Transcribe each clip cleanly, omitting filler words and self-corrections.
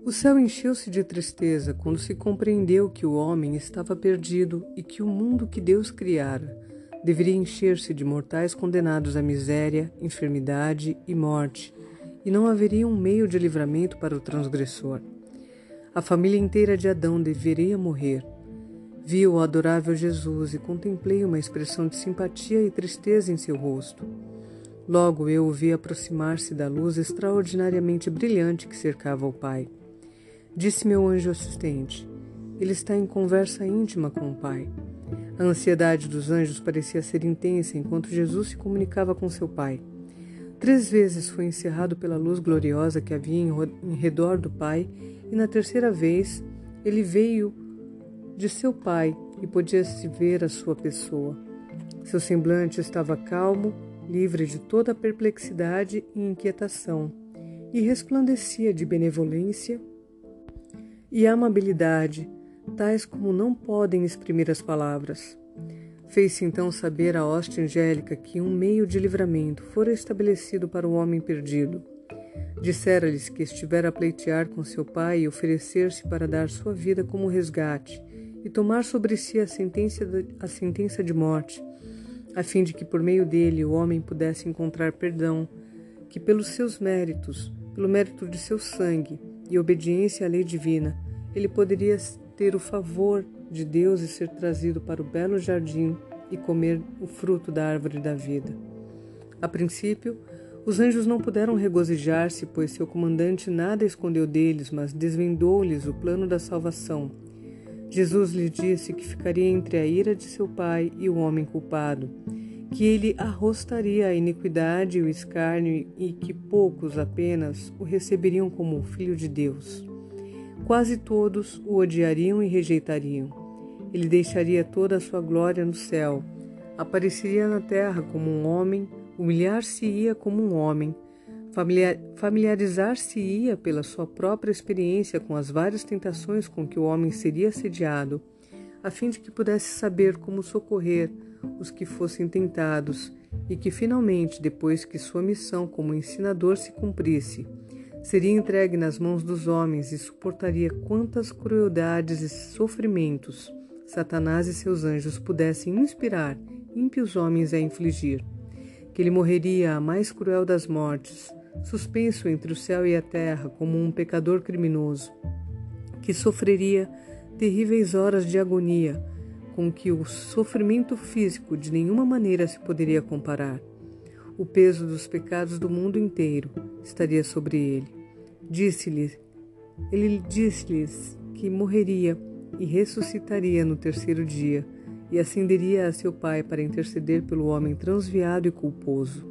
O céu encheu-se de tristeza quando se compreendeu que o homem estava perdido e que o mundo que Deus criara deveria encher-se de mortais condenados à miséria, enfermidade e morte, e não haveria um meio de livramento para o transgressor. A família inteira de Adão deveria morrer. Vi o adorável Jesus e contemplei uma expressão de simpatia e tristeza em seu rosto. Logo eu o vi aproximar-se da luz extraordinariamente brilhante que cercava o Pai. Disse meu anjo assistente: ele está em conversa íntima com o Pai. A ansiedade dos anjos parecia ser intensa enquanto Jesus se comunicava com seu Pai. 3 vezes foi encerrado pela luz gloriosa que havia em redor do Pai, e na 3ª vez ele veio de seu Pai e podia-se ver a sua pessoa. Seu semblante estava calmo, livre de toda perplexidade e inquietação, e resplandecia de benevolência e amabilidade, tais como não podem exprimir as palavras. Fez-se então saber à hoste angélica que um meio de livramento fora estabelecido para o homem perdido. Dissera-lhes que estivera a pleitear com seu Pai e oferecer-se para dar sua vida como resgate e tomar sobre si a sentença de morte, a fim de que por meio dele o homem pudesse encontrar perdão, que pelos seus méritos, pelo mérito de seu sangue e obediência à lei divina, ele poderia ter o favor de Deus e ser trazido para o belo jardim e comer o fruto da árvore da vida. A princípio, os anjos não puderam regozijar-se, pois seu comandante nada escondeu deles, mas desvendou-lhes o plano da salvação. Jesus lhe disse que ficaria entre a ira de seu pai e o homem culpado, que ele arrostaria a iniquidade e o escárnio e que poucos apenas o receberiam como o Filho de Deus. Quase todos o odiariam e rejeitariam. Ele deixaria toda a sua glória no céu, apareceria na terra como um homem, humilhar-se-ia como um homem, familiarizar-se-ia pela sua própria experiência com as várias tentações com que o homem seria assediado, a fim de que pudesse saber como socorrer os que fossem tentados e que finalmente, depois que sua missão como ensinador se cumprisse, seria entregue nas mãos dos homens e suportaria quantas crueldades e sofrimentos Satanás e seus anjos pudessem inspirar ímpios homens a infligir. Que ele morreria a mais cruel das mortes, suspenso entre o céu e a terra como um pecador criminoso, que sofreria terríveis horas de agonia, com que o sofrimento físico de nenhuma maneira se poderia comparar. O peso dos pecados do mundo inteiro estaria sobre ele. Ele disse-lhes que morreria e ressuscitaria no 3º dia e ascenderia a seu Pai para interceder pelo homem transviado e culposo.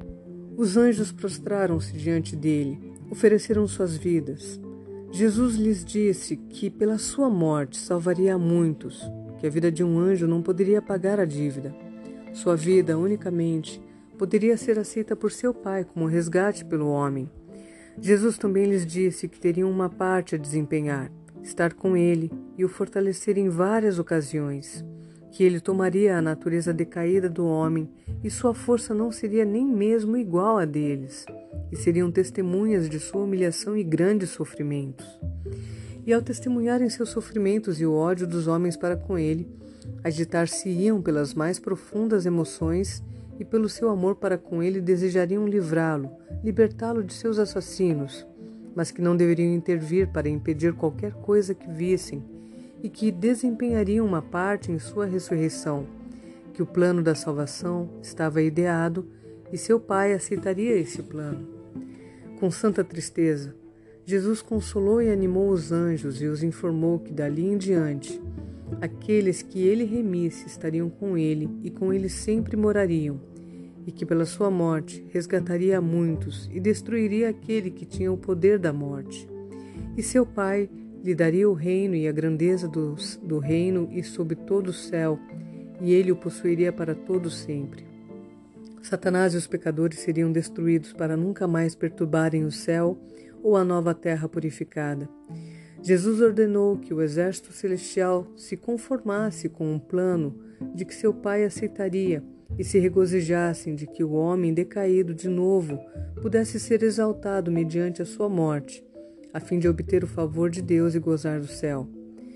Os anjos prostraram-se diante dele, ofereceram suas vidas. Jesus lhes disse que pela sua morte salvaria a muitos, que a vida de um anjo não poderia pagar a dívida. Sua vida, unicamente, poderia ser aceita por seu Pai como resgate pelo homem. Jesus também lhes disse que teriam uma parte a desempenhar, estar com ele e o fortalecer em várias ocasiões, que ele tomaria a natureza decaída do homem e sua força não seria nem mesmo igual a deles, e seriam testemunhas de sua humilhação e grandes sofrimentos. E ao testemunharem seus sofrimentos e o ódio dos homens para com ele, agitar-se-iam pelas mais profundas emoções e pelo seu amor para com ele desejariam livrá-lo, libertá-lo de seus assassinos, mas que não deveriam intervir para impedir qualquer coisa que vissem e que desempenhariam uma parte em sua ressurreição, que o plano da salvação estava ideado e seu Pai aceitaria esse plano. Com santa tristeza, Jesus consolou e animou os anjos e os informou que dali em diante aqueles que ele remisse estariam com ele e com ele sempre morariam, e que pela sua morte resgataria a muitos e destruiria aquele que tinha o poder da morte. E seu Pai lhe daria o reino e a grandeza do reino e sobre todo o céu, e ele o possuiria para todo sempre. Satanás e os pecadores seriam destruídos para nunca mais perturbarem o céu ou a nova terra purificada. Jesus ordenou que o exército celestial se conformasse com um plano de que seu Pai aceitaria e se regozijassem de que o homem decaído de novo pudesse ser exaltado mediante a sua morte, a fim de obter o favor de Deus e gozar do céu.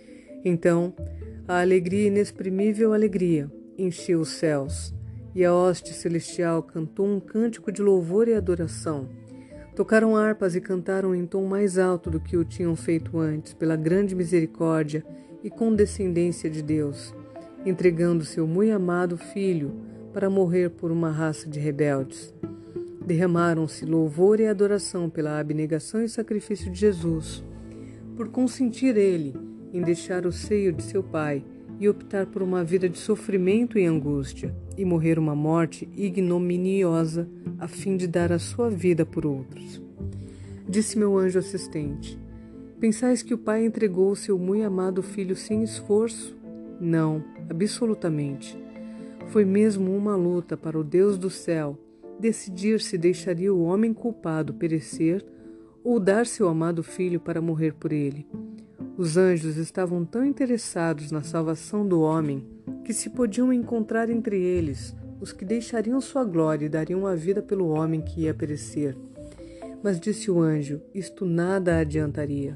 Então, a alegria, inexprimível alegria, encheu os céus, e a hoste celestial cantou um cântico de louvor e adoração. Tocaram harpas e cantaram em tom mais alto do que o tinham feito antes, pela grande misericórdia e condescendência de Deus, entregando seu muito amado Filho para morrer por uma raça de rebeldes. Derramaram-se louvor e adoração pela abnegação e sacrifício de Jesus, por consentir ele em deixar o seio de seu Pai e optar por uma vida de sofrimento e angústia, e morrer uma morte ignominiosa a fim de dar a sua vida por outros. Disse meu anjo assistente: pensais que o Pai entregou o seu muito amado Filho sem esforço? Não, absolutamente. Foi mesmo uma luta para o Deus do céu decidir se deixaria o homem culpado perecer ou dar seu amado Filho para morrer por ele. Os anjos estavam tão interessados na salvação do homem que se podiam encontrar entre eles os que deixariam sua glória e dariam a vida pelo homem que ia perecer. Mas disse o anjo: isto nada adiantaria.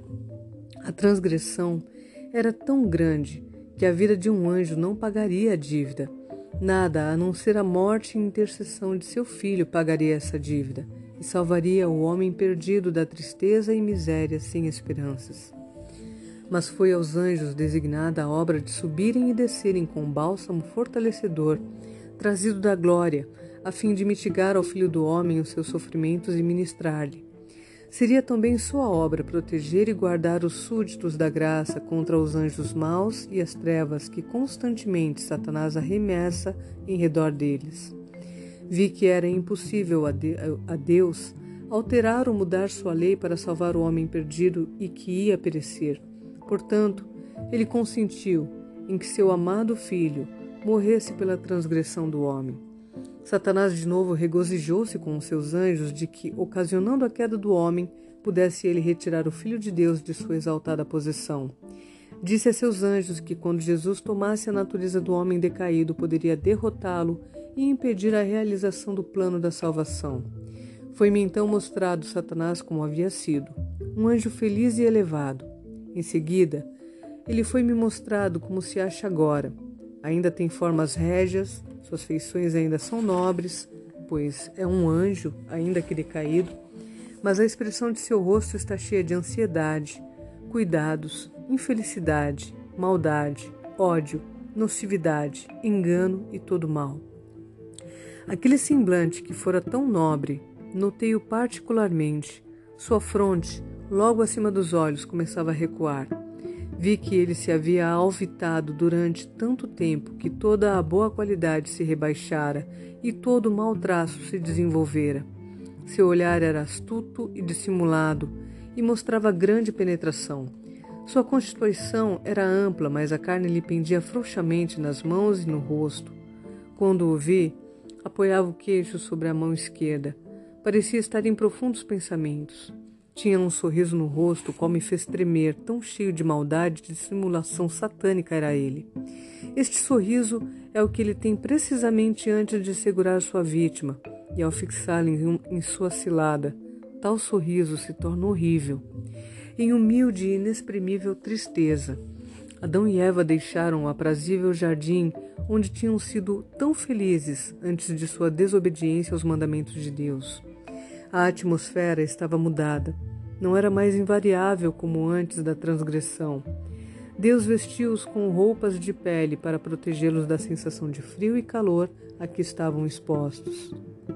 A transgressão era tão grande que a vida de um anjo não pagaria a dívida. Nada, a não ser a morte e intercessão de seu filho, pagaria essa dívida e salvaria o homem perdido da tristeza e miséria sem esperanças. Mas foi aos anjos designada a obra de subirem e descerem com bálsamo fortalecedor, trazido da glória, a fim de mitigar ao Filho do Homem os seus sofrimentos e ministrar-lhe. Seria também sua obra proteger e guardar os súditos da graça contra os anjos maus e as trevas que constantemente Satanás arremessa em redor deles. Vi que era impossível a Deus alterar ou mudar sua lei para salvar o homem perdido e que ia perecer. Portanto, ele consentiu em que seu amado Filho morresse pela transgressão do homem. Satanás de novo regozijou-se com os seus anjos de que, ocasionando a queda do homem, pudesse ele retirar o Filho de Deus de sua exaltada posição. Disse a seus anjos que, quando Jesus tomasse a natureza do homem decaído, poderia derrotá-lo e impedir a realização do plano da salvação. Foi-me então mostrado Satanás como havia sido, um anjo feliz e elevado. Em seguida, ele foi-me mostrado como se acha agora. Ainda tem formas régias, suas feições ainda são nobres, pois é um anjo, ainda que decaído, mas a expressão de seu rosto está cheia de ansiedade, cuidados, infelicidade, maldade, ódio, nocividade, engano e todo mal. Aquele semblante que fora tão nobre, notei-o particularmente. Sua fronte, logo acima dos olhos, começava a recuar. Vi que ele se havia alvitado durante tanto tempo que toda a boa qualidade se rebaixara e todo o mau traço se desenvolvera. Seu olhar era astuto e dissimulado e mostrava grande penetração. Sua constituição era ampla, mas a carne lhe pendia frouxamente nas mãos e no rosto. Quando o vi, apoiava o queixo sobre a mão esquerda. Parecia estar em profundos pensamentos. Tinha um sorriso no rosto, qual me fez tremer, tão cheio de maldade e de simulação satânica era ele. Este sorriso é o que ele tem precisamente antes de segurar sua vítima, e ao fixá-la em sua cilada, tal sorriso se torna horrível. Em humilde e inexprimível tristeza, Adão e Eva deixaram o aprazível jardim onde tinham sido tão felizes antes de sua desobediência aos mandamentos de Deus. A atmosfera estava mudada. Não era mais invariável como antes da transgressão. Deus vestiu-os com roupas de pele para protegê-los da sensação de frio e calor a que estavam expostos.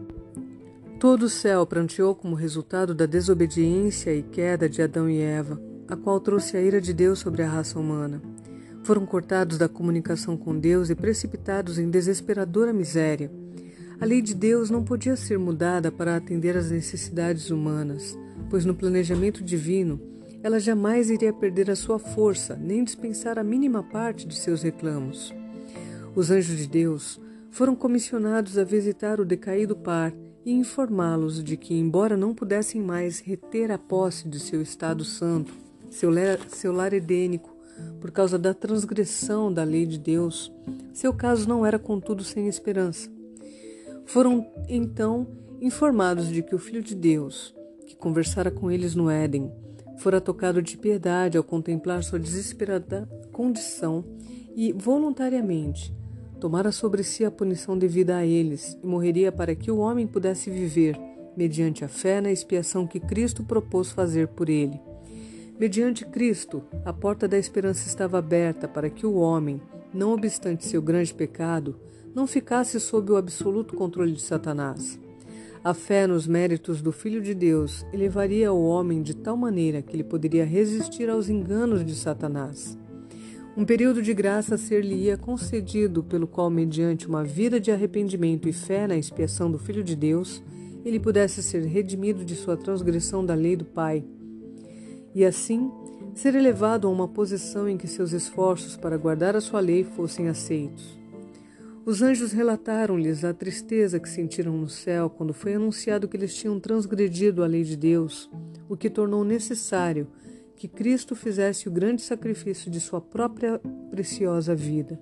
Todo o céu pranteou como resultado da desobediência e queda de Adão e Eva, a qual trouxe a ira de Deus sobre a raça humana. Foram cortados da comunicação com Deus e precipitados em desesperadora miséria. A lei de Deus não podia ser mudada para atender às necessidades humanas, pois no planejamento divino ela jamais iria perder a sua força, nem dispensar a mínima parte de seus reclamos. Os anjos de Deus foram comissionados a visitar o decaído par e informá-los de que, embora não pudessem mais reter a posse de seu estado santo, seu lar edênico, por causa da transgressão da lei de Deus, seu caso não era, contudo, sem esperança. Foram, então, informados de que o Filho de Deus, que conversara com eles no Éden, Fora tocado de piedade ao contemplar sua desesperada condição e, voluntariamente, tomara sobre si a punição devida a eles e morreria para que o homem pudesse viver, mediante a fé na expiação que Cristo propôs fazer por ele. Mediante Cristo, a porta da esperança estava aberta para que o homem, não obstante seu grande pecado, não ficasse sob o absoluto controle de Satanás. A fé nos méritos do Filho de Deus elevaria o homem de tal maneira que ele poderia resistir aos enganos de Satanás. Um período de graça ser-lhe-ia concedido, pelo qual, mediante uma vida de arrependimento e fé na expiação do Filho de Deus, ele pudesse ser redimido de sua transgressão da lei do Pai, e assim ser elevado a uma posição em que seus esforços para guardar a sua lei fossem aceitos. Os anjos relataram-lhes a tristeza que sentiram no céu quando foi anunciado que eles tinham transgredido a lei de Deus, o que tornou necessário que Cristo fizesse o grande sacrifício de sua própria preciosa vida.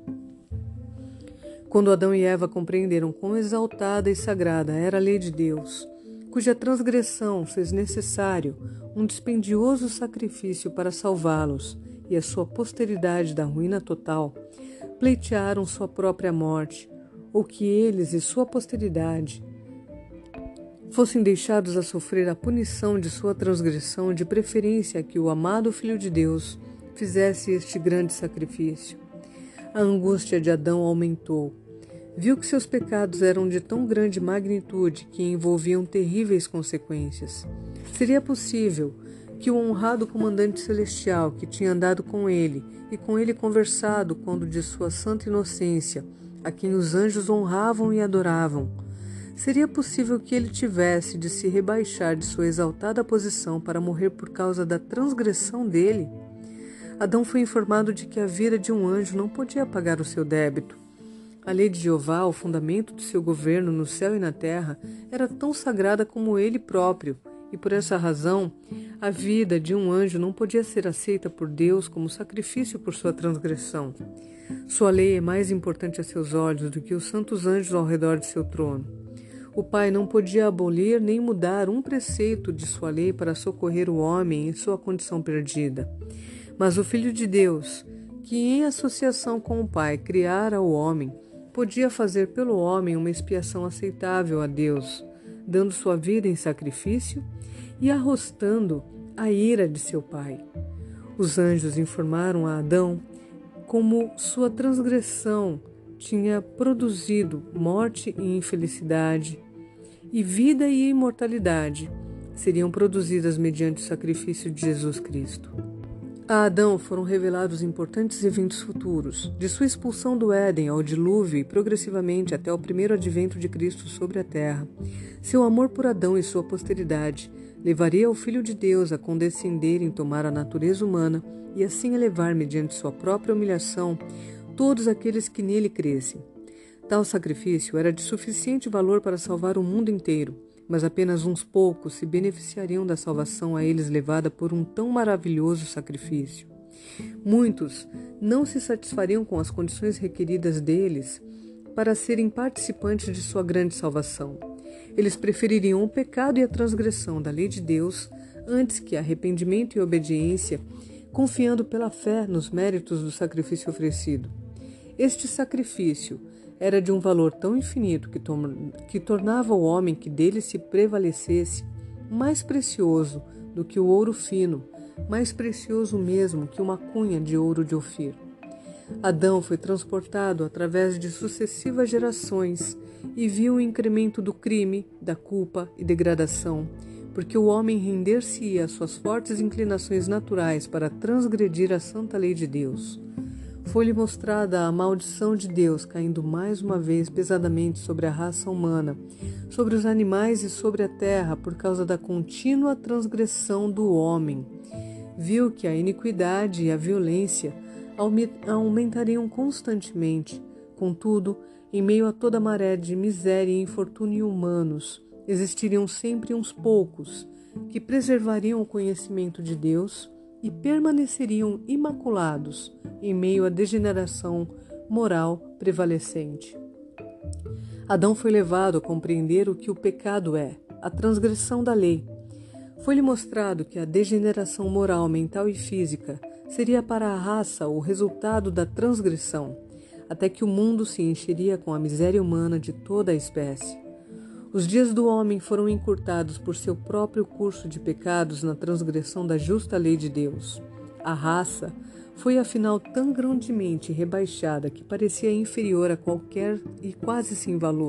Quando Adão e Eva compreenderam quão exaltada e sagrada era a lei de Deus, cuja transgressão fez necessário um dispendioso sacrifício para salvá-los e a sua posteridade da ruína total, pleitearam sua própria morte, ou que eles e sua posteridade fossem deixados a sofrer a punição de sua transgressão, de preferência a que o amado Filho de Deus fizesse este grande sacrifício. A angústia de Adão aumentou. Viu que seus pecados eram de tão grande magnitude que envolviam terríveis consequências. Seria possível que o honrado comandante celestial que tinha andado com ele e com ele conversado quando de sua santa inocência, a quem os anjos honravam e adoravam, seria possível que ele tivesse de se rebaixar de sua exaltada posição para morrer por causa da transgressão dele? Adão foi informado de que a vida de um anjo não podia pagar o seu débito. A lei de Jeová, o fundamento de seu governo no céu e na terra, era tão sagrada como ele próprio, e por essa razão, a vida de um anjo não podia ser aceita por Deus como sacrifício por sua transgressão. Sua lei é mais importante a seus olhos do que os santos anjos ao redor de seu trono. O Pai não podia abolir nem mudar um preceito de sua lei para socorrer o homem em sua condição perdida. Mas o Filho de Deus, que em associação com o Pai criara o homem, podia fazer pelo homem uma expiação aceitável a Deus, dando sua vida em sacrifício e arrostando a ira de seu pai. Os anjos informaram a Adão como sua transgressão tinha produzido morte e infelicidade, e vida e imortalidade seriam produzidas mediante o sacrifício de Jesus Cristo. A Adão foram revelados importantes eventos futuros, de sua expulsão do Éden ao dilúvio e progressivamente até o primeiro advento de Cristo sobre a terra. Seu amor por Adão e sua posteridade levaria o Filho de Deus a condescender em tomar a natureza humana e assim elevar, mediante sua própria humilhação, todos aqueles que nele crescem. Tal sacrifício era de suficiente valor para salvar o mundo inteiro, mas apenas uns poucos se beneficiariam da salvação a eles levada por um tão maravilhoso sacrifício. Muitos não se satisfariam com as condições requeridas deles para serem participantes de sua grande salvação. Eles prefeririam o pecado e a transgressão da lei de Deus antes que arrependimento e obediência, confiando pela fé nos méritos do sacrifício oferecido. Este sacrifício era de um valor tão infinito que tornava o homem que dele se prevalecesse mais precioso do que o ouro fino, mais precioso mesmo que uma cunha de ouro de Ofir. Adão foi transportado através de sucessivas gerações e viu o incremento do crime, da culpa e degradação, porque o homem render-se-ia às suas fortes inclinações naturais para transgredir a santa lei de Deus. Foi-lhe mostrada a maldição de Deus caindo mais uma vez pesadamente sobre a raça humana, sobre os animais e sobre a terra por causa da contínua transgressão do homem. Viu que a iniquidade e a violência aumentariam constantemente. Contudo, em meio a toda a maré de miséria e infortúnio humanos, existiriam sempre uns poucos que preservariam o conhecimento de Deus e permaneceriam imaculados em meio à degeneração moral prevalecente. Adão foi levado a compreender o que o pecado é, a transgressão da lei. Foi-lhe mostrado que a degeneração moral, mental e física seria para a raça o resultado da transgressão, até que o mundo se encheria com a miséria humana de toda a espécie. Os dias do homem foram encurtados por seu próprio curso de pecados na transgressão da justa lei de Deus. A raça foi afinal tão grandemente rebaixada que parecia inferior a qualquer e quase sem valor.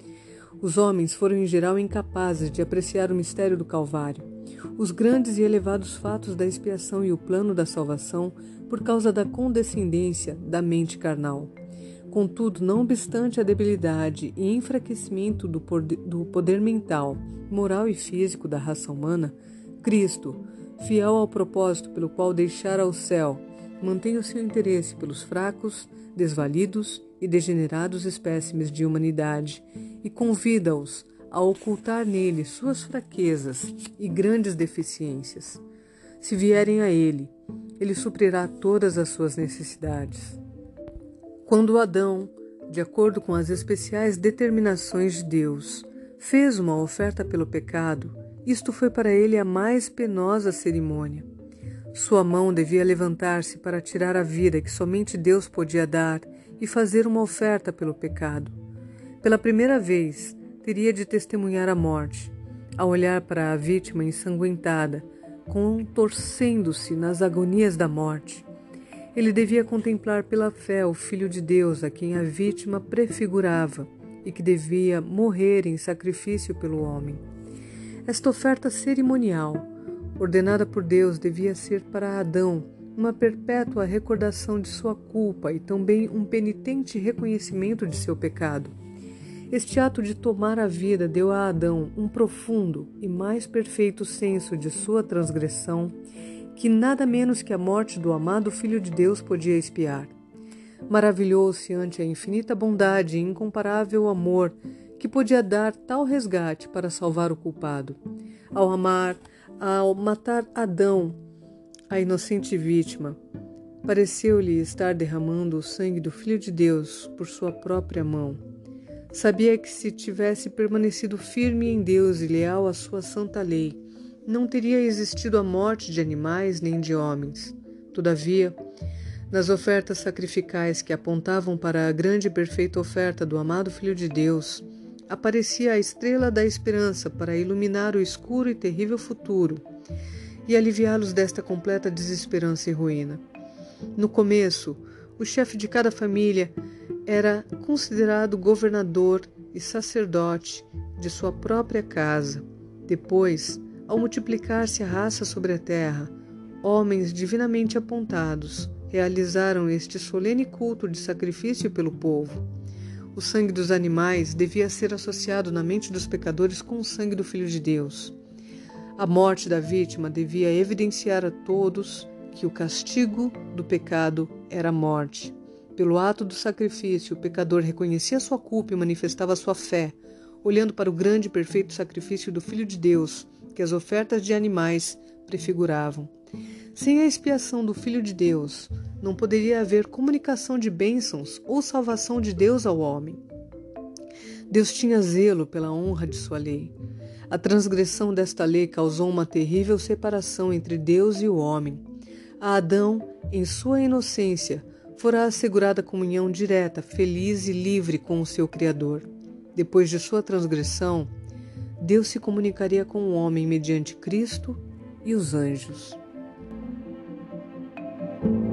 Os homens foram em geral incapazes de apreciar o mistério do Calvário, os grandes e elevados fatos da expiação e o plano da salvação por causa da condescendência da mente carnal. Contudo, não obstante a debilidade e enfraquecimento do poder mental, moral e físico da raça humana, Cristo, fiel ao propósito pelo qual deixara o céu, mantém o seu interesse pelos fracos, desvalidos e degenerados espécimes de humanidade e convida-os a ocultar nele suas fraquezas e grandes deficiências. Se vierem a ele suprirá todas as suas necessidades. Quando Adão, de acordo com as especiais determinações de Deus, fez uma oferta pelo pecado, isto foi para ele a mais penosa cerimônia. Sua mão devia levantar-se para tirar a vida que somente Deus podia dar e fazer uma oferta pelo pecado. Pela primeira vez, teria de testemunhar a morte, ao olhar para a vítima ensanguentada, contorcendo-se nas agonias da morte. Ele devia contemplar pela fé o Filho de Deus a quem a vítima prefigurava e que devia morrer em sacrifício pelo homem. Esta oferta cerimonial, ordenada por Deus, devia ser para Adão uma perpétua recordação de sua culpa e também um penitente reconhecimento de seu pecado. Este ato de tomar a vida deu a Adão um profundo e mais perfeito senso de sua transgressão, que nada menos que a morte do amado Filho de Deus podia expiar. Maravilhou-se ante a infinita bondade e incomparável amor que podia dar tal resgate para salvar o culpado. Ao matar Adão, a inocente vítima, pareceu-lhe estar derramando o sangue do Filho de Deus por sua própria mão. Sabia que se tivesse permanecido firme em Deus e leal à sua santa lei, não teria existido a morte de animais nem de homens. Todavia, nas ofertas sacrificais que apontavam para a grande e perfeita oferta do amado Filho de Deus, aparecia a estrela da esperança para iluminar o escuro e terrível futuro e aliviá-los desta completa desesperança e ruína. No começo, o chefe de cada família era considerado governador e sacerdote de sua própria casa. Depois, ao multiplicar-se a raça sobre a terra, homens divinamente apontados realizaram este solene culto de sacrifício pelo povo. O sangue dos animais devia ser associado na mente dos pecadores com o sangue do Filho de Deus. A morte da vítima devia evidenciar a todos que o castigo do pecado era a morte. Pelo ato do sacrifício, o pecador reconhecia sua culpa e manifestava sua fé, olhando para o grande e perfeito sacrifício do Filho de Deus, que as ofertas de animais prefiguravam. Sem a expiação do Filho de Deus, não poderia haver comunicação de bênçãos ou salvação de Deus ao homem. Deus tinha zelo pela honra de sua lei. A transgressão desta lei causou uma terrível separação entre Deus e o homem. A Adão, em sua inocência, fora assegurada comunhão direta, feliz e livre com o seu Criador. Depois de sua transgressão, Deus se comunicaria com o homem mediante Cristo e os anjos.